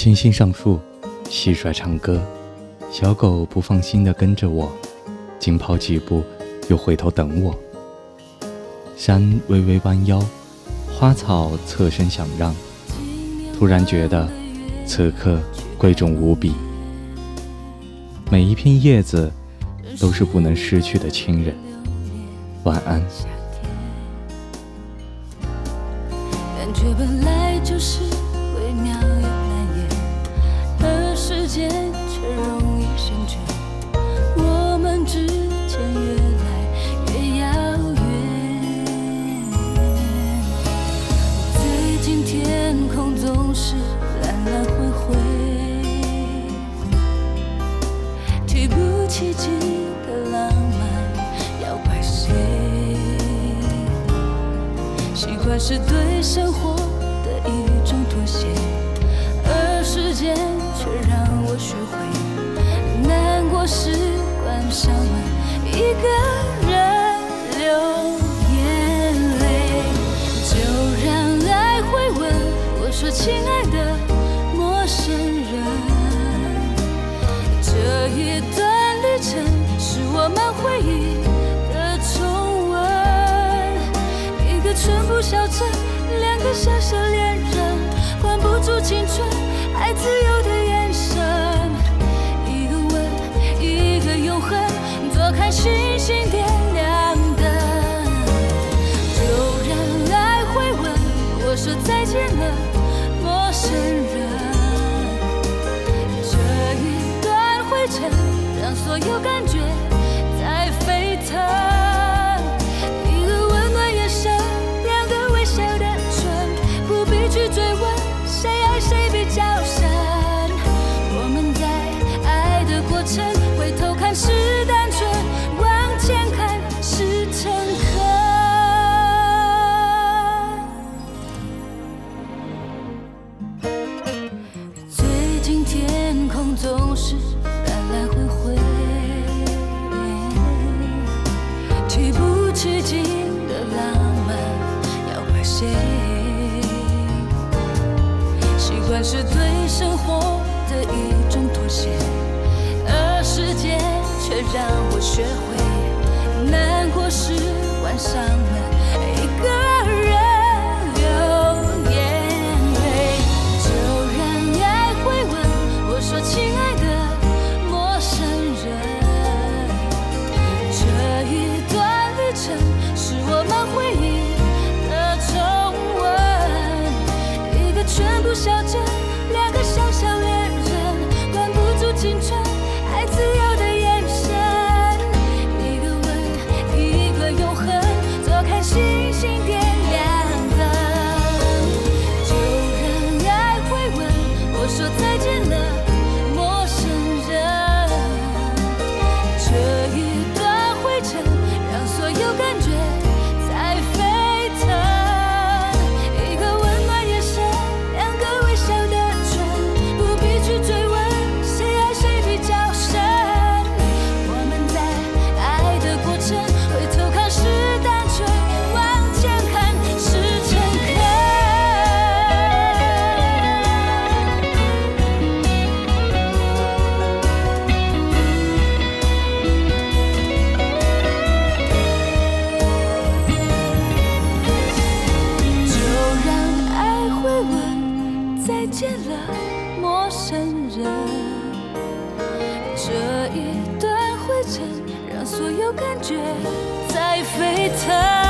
星星上树，蟋蟀唱歌，小狗不放心地跟着我，紧跑几步又回头等我。山微微弯腰，花草侧身想让，突然觉得此刻贵重无比。每一片叶子都是不能失去的亲人。晚安。 感觉本来就是微妙又难言，而时间却容易先觉，我们之间越来越遥远。最近天空总是蓝蓝灰灰，提不起劲的浪漫要怪谁？习惯是对生活的一种妥协，而时间却让我学会难过时关上门，一个人流眼泪。就让爱回问我说亲爱的陌生人，这一段旅程是我们回忆的重温，一个淳朴小镇，两个小小恋人，关不住青春爱自由的眼神，一个吻一个永恒，坐看星星点亮灯。就让爱回问我说再见了陌生人，这一段回程让所有感觉在沸腾，一个温暖眼神，两个微笑的唇，不必去追问谁爱谁比较深，我们在爱的过程，回头看是单纯，往前看是诚恳。最近天空总是蓝蓝灰灰，提不起劲的浪漫要怪谁？习惯是对生活的一种妥协，而时间却让我学会难过时关上门，一个人流眼泪。就让爱回问我说亲爱的陌生人，这一段旅程是我们回忆的重温，一个全部小镇，两个小小恋人，关不住青春爱自由的眼神，一个吻一个永恒，坐看星星点亮灯。就让爱回问我说再见了陌生人，这一段回程让所有感觉在沸腾，一个温暖眼神，两个微笑的唇，不必去追问谁爱谁比较深，我们在爱的过程，回头看是单纯，往前看是诚恳。就让爱回问再见了陌生人，这一段回程让所有感觉在沸腾。